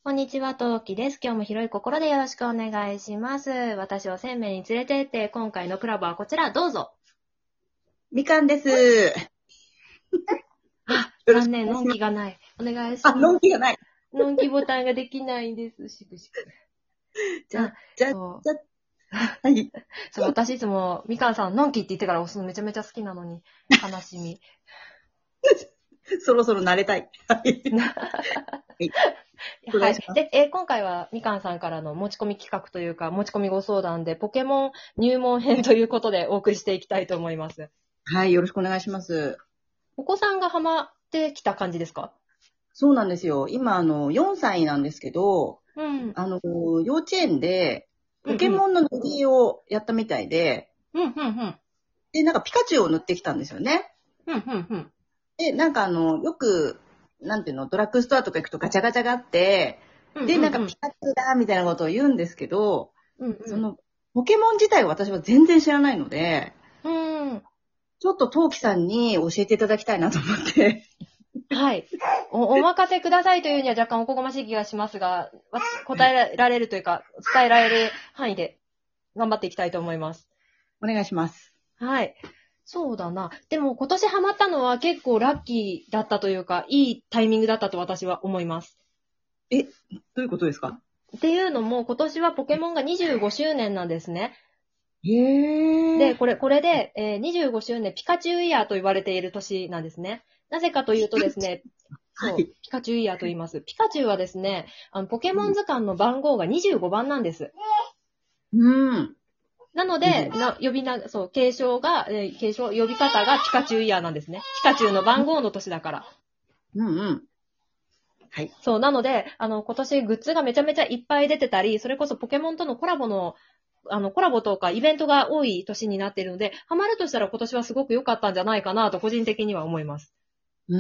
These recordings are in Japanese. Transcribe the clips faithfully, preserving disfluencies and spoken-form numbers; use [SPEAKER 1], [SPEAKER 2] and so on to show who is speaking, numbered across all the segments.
[SPEAKER 1] こんにちは、トウキです。今日も広い心でよろしくお願いします。私を鮮明に連れてって、今回のクラブはこちら、どうぞ。
[SPEAKER 2] みかんです。
[SPEAKER 1] あ、残念、のんきがない。お願いします。
[SPEAKER 2] あ、のんきがない。
[SPEAKER 1] のんきボタンができないんです。しくしく。
[SPEAKER 2] じゃ、じゃ、じ
[SPEAKER 1] そう。
[SPEAKER 2] ゃ、はい。
[SPEAKER 1] そう、私いつも、みかんさん、のんきって言ってから押すのめちゃめちゃ好きなのに、悲しみ。
[SPEAKER 2] そろそろ慣れたい。はい。
[SPEAKER 1] はい。で、えー今回はみかんさんからの持ち込み企画というか、持ち込みご相談で、ポケモン入門編ということでお送りしていきたいと思います。
[SPEAKER 2] はい、よろしくお願いします。
[SPEAKER 1] お子さんがハマってきた感じですか？
[SPEAKER 2] そうなんですよ。今、あの、よんさいなんですけど、
[SPEAKER 1] うん。
[SPEAKER 2] あの、幼稚園で、
[SPEAKER 1] うんうん。
[SPEAKER 2] ポケモンの塗り絵をやったみたいで、
[SPEAKER 1] うんうんうん。
[SPEAKER 2] で、なんかピカチュウを塗ってきたんですよね。
[SPEAKER 1] うんうんうん。
[SPEAKER 2] で、なんかあの、よく、なんていうの、ドラッグストアとか行くとガチャガチャがあって、で、
[SPEAKER 1] うんうんうん。
[SPEAKER 2] なんかピカチュウだみたいなことを言うんですけど、
[SPEAKER 1] うんうん。
[SPEAKER 2] その、ポケモン自体を私は全然知らないので、
[SPEAKER 1] うーん。
[SPEAKER 2] ちょっとトウキさんに教えていただきたいなと思って。
[SPEAKER 1] はい。お、お任せくださいというには若干おこがましい気がしますが、わ答えられるというか、伝えられる範囲で頑張っていきたいと思います。
[SPEAKER 2] お願いします。
[SPEAKER 1] はい。そうだな。でも今年ハマったのは結構ラッキーだったというか、いいタイミングだったと私は思います。
[SPEAKER 2] え、どういうことですか？
[SPEAKER 1] っていうのも今年はポケモンがにじゅうごしゅうねんなんですね。で、
[SPEAKER 2] へー。
[SPEAKER 1] これ、これで、えー、にじゅうごしゅうねんピカチュウイヤーと言われている年なんですね。なぜかというとですね、そう、
[SPEAKER 2] はい。
[SPEAKER 1] ピカチュウイヤーと言います。ピカチュウはですね、あの、ポケモン図鑑の番号がにじゅうごばんなんです。
[SPEAKER 2] うん。
[SPEAKER 1] なので、な呼びな、そう、継承が、えー継承、呼び方がピカチュウイヤーなんですね。ピカチュウの番号の年だから。
[SPEAKER 2] うんうん。はい。
[SPEAKER 1] そう、なので、あの、今年グッズがめちゃめちゃいっぱい出てたり、それこそポケモンとのコラボの、あの、コラボとかイベントが多い年になっているので、ハマるとしたら今年はすごく良かったんじゃないかなと個人的には思います。
[SPEAKER 2] うん。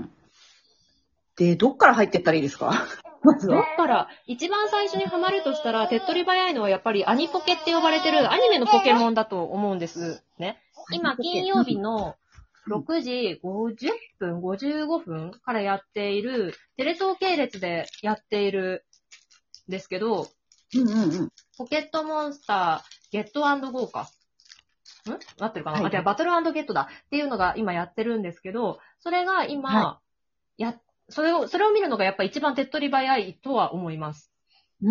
[SPEAKER 2] で、どっから入ってったらいいですか？まず
[SPEAKER 1] どっ
[SPEAKER 2] は。
[SPEAKER 1] から、一番最初にハマるとしたら、手っ取り早いのはやっぱりアニポケって呼ばれてるアニメのポケモンだと思うんですね。今、金曜日のろくじごじゅっぷん、ごじゅうごふんからやっている、テレ東系列でやっているんですけど、
[SPEAKER 2] うんうんうん。
[SPEAKER 1] ポケットモンスター、ゲット&ゴーか。ん合ってるかな、
[SPEAKER 2] はい。
[SPEAKER 1] あ、じゃあバトル&ゲットだっていうのが今やってるんですけど、それが今、
[SPEAKER 2] は
[SPEAKER 1] や、それを、それを見るのがやっぱ一番手っ取り早いとは思います。
[SPEAKER 2] い。うん。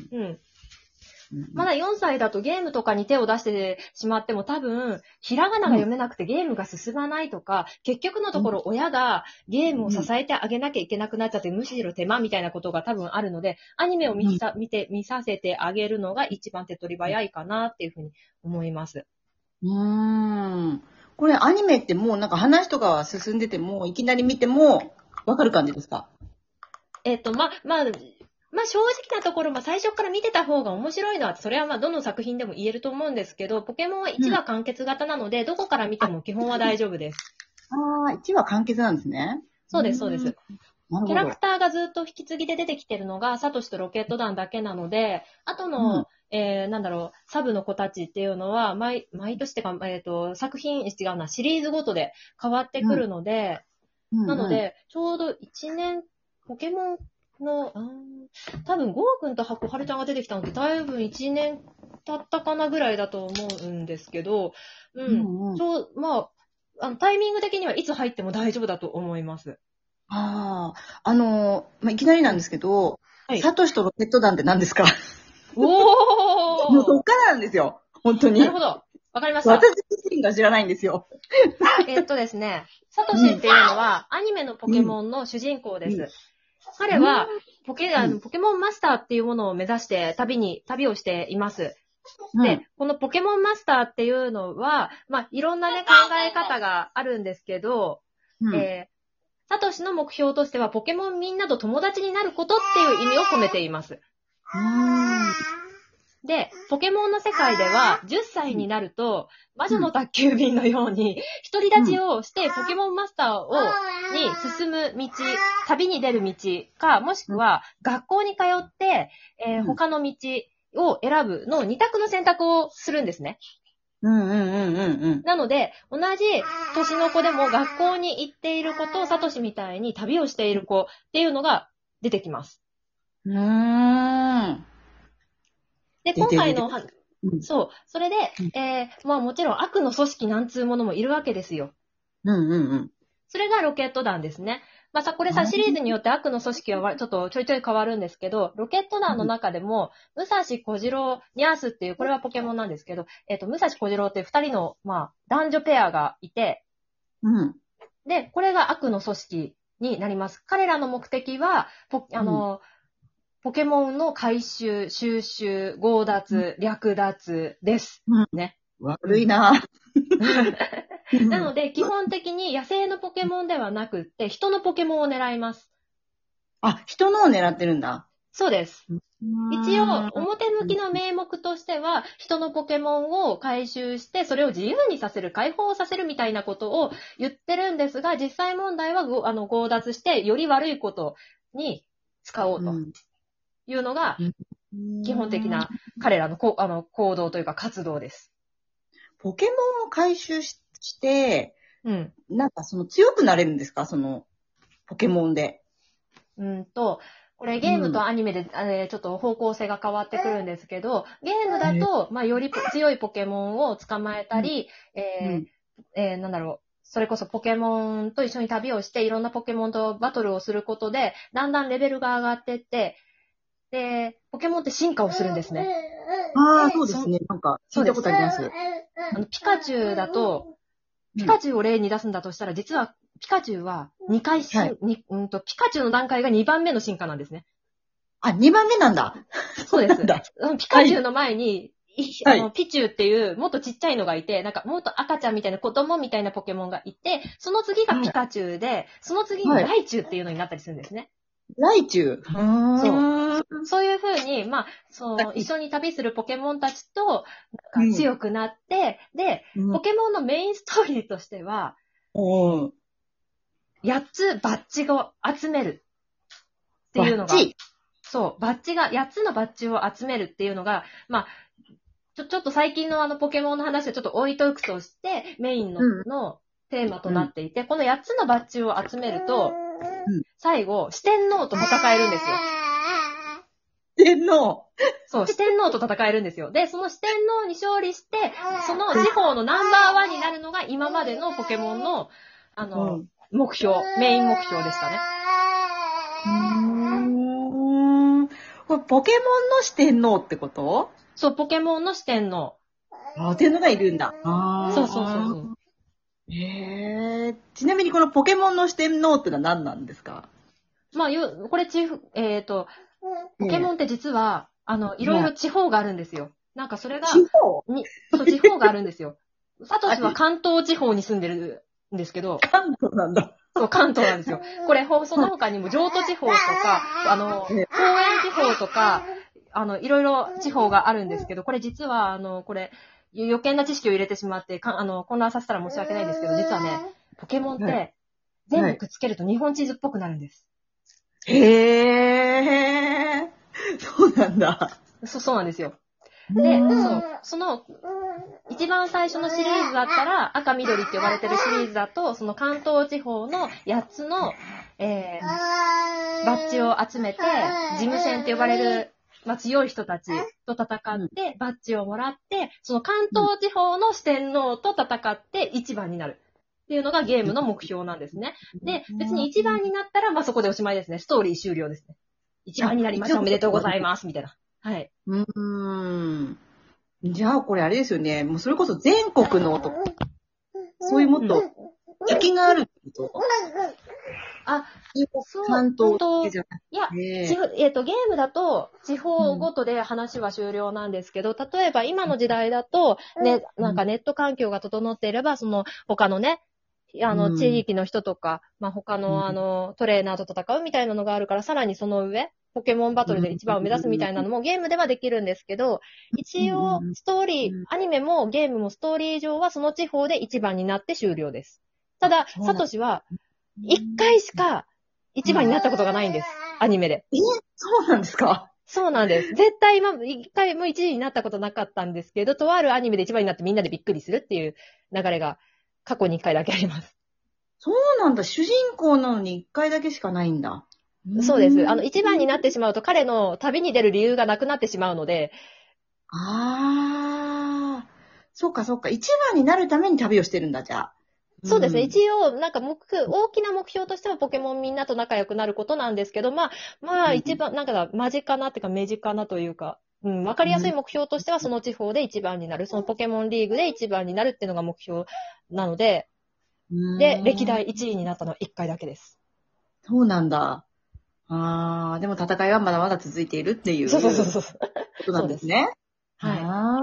[SPEAKER 1] うん。
[SPEAKER 2] うん
[SPEAKER 1] まだよんさいだとゲームとかに手を出してしまっても多分、ひらがなが読めなくてゲームが進まないとか、結局のところ親がゲームを支えてあげなきゃいけなくなっちゃって、むしろ手間みたいなことが多分あるので、アニメを見さ、見て、見させてあげるのが一番手っ取り早いかなっていうふうに思います。
[SPEAKER 2] うん。うーん。これアニメってもうなんか話とかは進んでても、いきなり見てもわかる感じですか？
[SPEAKER 1] えっと、ま、まあ、まあ正直なところ、まあ最初から見てた方が面白いのは、それはまあどの作品でも言えると思うんですけど、ポケモンはいち
[SPEAKER 2] うん。
[SPEAKER 1] わ完結型なので、どこから見ても基本は大丈夫です。
[SPEAKER 2] ああ、いちわ完結なんですね。う
[SPEAKER 1] そうです、そうで
[SPEAKER 2] ーん。
[SPEAKER 1] す。キャラク
[SPEAKER 2] なるほど。
[SPEAKER 1] ターがずっと引き継ぎで出てきてるのが、サトシとロケット団だけなので、あと
[SPEAKER 2] うん。
[SPEAKER 1] の、えー、なんだろう、サブの子たちっていうのは、毎、毎年ってか、えっと、作品、違うな、シリーズごとで変わってく
[SPEAKER 2] うん。
[SPEAKER 1] るので、
[SPEAKER 2] うんうん。
[SPEAKER 1] なので、ちょうどいちねん、ポケモンの、あー多分、ゴーくんとハコハルちゃんが出てきたのって、だいぶいちねん経ったかなぐらいだと思うんですけど、う
[SPEAKER 2] う
[SPEAKER 1] ん、
[SPEAKER 2] んうん。
[SPEAKER 1] ちょう、まあ、あのタイミング的にはいつ入っても大丈夫だと思います。
[SPEAKER 2] ああ、あの、まあ、いきなりなんですけど、
[SPEAKER 1] はい。
[SPEAKER 2] サトシとロケット団って何ですか？もうそ
[SPEAKER 1] おー
[SPEAKER 2] っからなんですよ。本当に。
[SPEAKER 1] なるほど。わかりまし
[SPEAKER 2] 私
[SPEAKER 1] た。
[SPEAKER 2] 自身が知らないんですよ。
[SPEAKER 1] えっとですね、サト
[SPEAKER 2] うん。
[SPEAKER 1] シっていうのはアニメのポケ
[SPEAKER 2] うん。
[SPEAKER 1] モンの主人公で
[SPEAKER 2] うん。
[SPEAKER 1] す。彼はポケ、あの、
[SPEAKER 2] うん。
[SPEAKER 1] ポケモンマスターっていうものを目指して旅に、旅をしています。で、
[SPEAKER 2] うん。
[SPEAKER 1] このポケモンマスターっていうのは、まあ、いろんなね、考え方があるんですけど、
[SPEAKER 2] うん。
[SPEAKER 1] えー、サトシの目標としては、ポケモンみんなと友達になることっていう意味を込めています。
[SPEAKER 2] うーん。
[SPEAKER 1] で、ポケモンの世界では、じゅっさいになると、魔女
[SPEAKER 2] うん。
[SPEAKER 1] の宅急便のように、独り立ち
[SPEAKER 2] うん。
[SPEAKER 1] をして、ポケモンマスターを、に進む道、旅に出る道か、もしくは、学校に通って、えー他の道を選ぶのに択の選択をするんですね。
[SPEAKER 2] うんうんうんうんうん。
[SPEAKER 1] なので、同じ年の子でも学校に行っている子と、サトシみたいに旅をしている子っていうのが出てきます。
[SPEAKER 2] うーん。
[SPEAKER 1] で、今回の、
[SPEAKER 2] うん
[SPEAKER 1] そう、それで、
[SPEAKER 2] うん
[SPEAKER 1] えー、まあもちろん悪の組織なんつうものもいるわけですよ。
[SPEAKER 2] うんうんうん。
[SPEAKER 1] それがロケット団ですね。まあさ、これさ、シリーズによって悪の組織はわちょっとちょいちょい変わるんですけど、ロケット団の中でも、武蔵小次郎ニャースっていう、これはポケモンなんですけど、えっと、武蔵小次郎っていう二人の、まあ、男女ペアがいて、
[SPEAKER 2] うん。
[SPEAKER 1] で、これが悪の組織になります。彼らの目的は、ポあの、ポケモンの回収、収集、強奪、略奪です。
[SPEAKER 2] うん
[SPEAKER 1] ね。
[SPEAKER 2] 悪いな。
[SPEAKER 1] なので、基本的に野生のポケモンではなくって、人のポケモンを狙います。
[SPEAKER 2] あ、人のを狙ってるんだ。
[SPEAKER 1] そうです。一応、
[SPEAKER 2] 応、
[SPEAKER 1] 表向きの名目としては、人のポケモンを回収して、それを自由にさせる、解放させるみたいなことを言ってるんですが、実際問題はご、あの、強奪して、より悪いことに使おうというのが、基本的な彼らのこあの行動というか活動です。
[SPEAKER 2] ポケモンを回収しして、
[SPEAKER 1] うん。
[SPEAKER 2] なんかその強くなれるんですか、そのポケモンで。
[SPEAKER 1] うんと、これゲームとアニメで、うん、えー、ちょっと方向性が変わってくるんですけど、ゲームだと、まあ、より強いポケモンを捕まえたり、うん、えーえー、なんだろう、それこそポケモンと一緒に旅をして、いろんなポケモンとバトルをすることで、だんだんレベルが上がっていって、で、ポケモンって進化をするんですね。
[SPEAKER 2] ああ、そうですね。なんか、聞いたことあります。
[SPEAKER 1] あの、ピカチュウだと、ピカチュウを例に出すんだとしたら、実は、ピカチュウはにかい進、はい、にうんと、ピカチュウの段階がにばんめの進化なんですね。
[SPEAKER 2] あ、にばんめなんだ。
[SPEAKER 1] そうです。ピカチュウの前に、はい、あの、ピチュウっていう、もっとちっちゃいのがいて、なんか、もっと赤ちゃんみたいな子供みたいなポケモンがいて、その次がピカチュウで、はい、その次にライチュウっていうのになったりするんですね。
[SPEAKER 2] ライチュウ。
[SPEAKER 1] そう。そういうふうに、まあ、その、一緒に旅するポケモンたちと、なんか強くなって、うん、で、ポケモンのメインストーリーとしては、うん、やっつバッジを集めるっていうのが、そう、バッジが、やっつのバッジを集めるっていうのが、まあ、ちょ、ちょっと最近のあのポケモンの話はちょっと置いとくとして、メインの、うん、のテーマとなっていて、このやっつのバッジを集めると、うん、最後、四天王と戦えるんですよ。
[SPEAKER 2] 四天王
[SPEAKER 1] そう、四天王と戦えるんですよ。で、その四天王に勝利して、その地方のナンバーワンになるのが今までのポケモンの、あの、うん、目標、メイン目標でしたね。
[SPEAKER 2] うーん。これポケモンの四天王ってこと？
[SPEAKER 1] そう、ポケモンの四天王。
[SPEAKER 2] あ、四天王がいるんだ。あ
[SPEAKER 1] そうそうそうそう。
[SPEAKER 2] へえ。ちなみにこのポケモンの四天王ってのは何なんですか？
[SPEAKER 1] まあ、よ、これチーフ、えっと、ポケモンって実は、あの、いろいろ地方があるんですよ。なんかそれが、
[SPEAKER 2] 地方
[SPEAKER 1] に、そう、地方があるんですよ。サトシは関東地方に住んでるんですけど。
[SPEAKER 2] 関東なんだ。
[SPEAKER 1] そう、関東なんですよ。これ、その他にも上都地方とか、あの、高原地方とか、あの、いろいろ地方があるんですけど、これ実は、あの、これ、余計な知識を入れてしまって、かあの、混乱させたら申し訳ないんですけど、実はね、ポケモンって、全部くっつけると日本地図っぽくなるんです。
[SPEAKER 2] へー。そうなんだ。
[SPEAKER 1] そう、そうなんですよ。で、そう、その、一番最初のシリーズだったら、赤緑って呼ばれてるシリーズだと、その関東地方のやっつの、えー、バッジを集めて、事務戦って呼ばれる、まあ、強い人たちと戦って、バッジをもらって、その関東地方の四天王と戦って一番になる。っていうのがゲームの目標なんですね。で、別に一番になったら、まあ、そこでおしまいですね。ストーリー終了ですね。一番になりました。おめでとうございます。みたいな。はい。
[SPEAKER 2] うーん。じゃあ、これあれですよね。もうそれこそ全国のとか、そういうもっと、先があるってこと？
[SPEAKER 1] あ、そう、
[SPEAKER 2] 関東だけじゃなくて。
[SPEAKER 1] いや、えっと、ゲームだと、地方ごとで話は終了なんですけど、例えば今の時代だと、ね、なんかネット環境が整っていれば、その、他のね、あの、地域の人とか、まあ、他の、あの、トレーナーと戦うみたいなのがあるから、さらにその上、ポケモンバトルで一番を目指すみたいなのもゲームではできるんですけど、一応、ストーリー、アニメもゲームもストーリー上はその地方で一番になって終了です。ただ、サトシは、一回しか一番になったことがないんです。アニメで。
[SPEAKER 2] え、そうなんですか？
[SPEAKER 1] そうなんです。絶対今、一回も一位になったことなかったんですけど、とあるアニメで一番になってみんなでびっくりするっていう流れが過去に一回だけあります。
[SPEAKER 2] そうなんだ。主人公なのに一回だけしかないんだ。
[SPEAKER 1] そうです。あの、一番になってしまうと彼の旅に出る理由がなくなってしまうので。
[SPEAKER 2] ああ、そっかそっか。一番になるために旅をしてるんだ、じゃあ。
[SPEAKER 1] そうですね。
[SPEAKER 2] ん、
[SPEAKER 1] 一応、なんか目、大きな目標としてはポケモンみんなと仲良くなることなんですけど、まあ、まあ、一番、なんか、間近なっていうか、目近なというか、うん、わかりやすい目標としては、その地方で一番になる。そのポケモンリーグで一番になるっていうのが目標なので、で、歴代いちいになったのはいっかいだけです。
[SPEAKER 2] そうなんだ。ああ、でも戦いはまだまだ続いているっていう。
[SPEAKER 1] そうそうそうそう。
[SPEAKER 2] ことなんですね。
[SPEAKER 1] はい。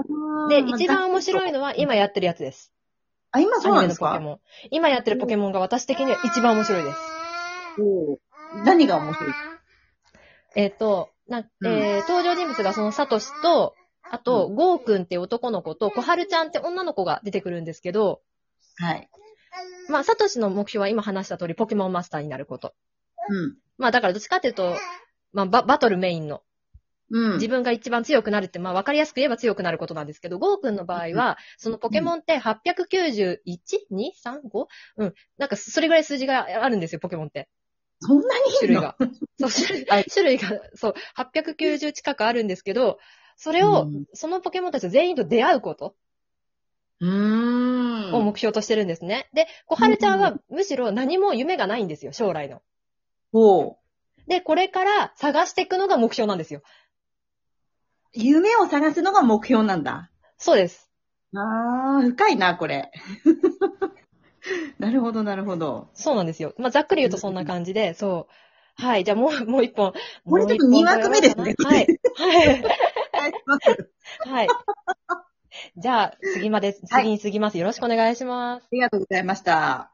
[SPEAKER 1] で、一番面白いのは今やってるやつです。
[SPEAKER 2] あ、今そうなんですか？
[SPEAKER 1] アニメのポケモン。今やってるポケモンが私的には一番面白いです。
[SPEAKER 2] お何が面白い？
[SPEAKER 1] えっ、ー、と、な、えー、登場人物がそのサトシと、あと、うん、ゴーくんっていう男の子と、小春ちゃんって女の子が出てくるんですけど、
[SPEAKER 2] はい。
[SPEAKER 1] まあ、サトシの目標は今話した通り、ポケモンマスターになること。
[SPEAKER 2] うん。
[SPEAKER 1] まあ、だからどっちかっていうと、まあ、バ、バトルメインの。
[SPEAKER 2] うん。
[SPEAKER 1] 自分が一番強くなるって、まあ、わかりやすく言えば強くなることなんですけど、ゴーくんの場合は、そのポケモンってはっぴゃくきゅうじゅういち、に、さん、ご? うん。なんか、それぐらい数字があるんですよ、ポケモンって。
[SPEAKER 2] そんなに
[SPEAKER 1] 種類が。そう、種類、はい、種類が、そう、はっぴゃくきゅうじゅう近くあるんですけど、それを、うん、そのポケモンたち全員と出会うこと。
[SPEAKER 2] うーん。
[SPEAKER 1] を目標としてるんですね。で、小春ちゃんはむしろ何も夢がないんですよ、将来の。
[SPEAKER 2] ほ
[SPEAKER 1] う。で、これから探していくのが目標なんですよ。
[SPEAKER 2] 夢を探すのが目標なんだ。
[SPEAKER 1] そうです。
[SPEAKER 2] あー、深いな、これ。なるほど、なるほど。
[SPEAKER 1] そうなんですよ。まあ、ざっくり言うとそんな感じで、そう。はい。じゃあもう、もう一本。
[SPEAKER 2] これちょっとにわくめですね。
[SPEAKER 1] はい。はい。はい。じゃあ、次まで、次に過ぎます。よろしくお願いします。
[SPEAKER 2] ありがとうございました。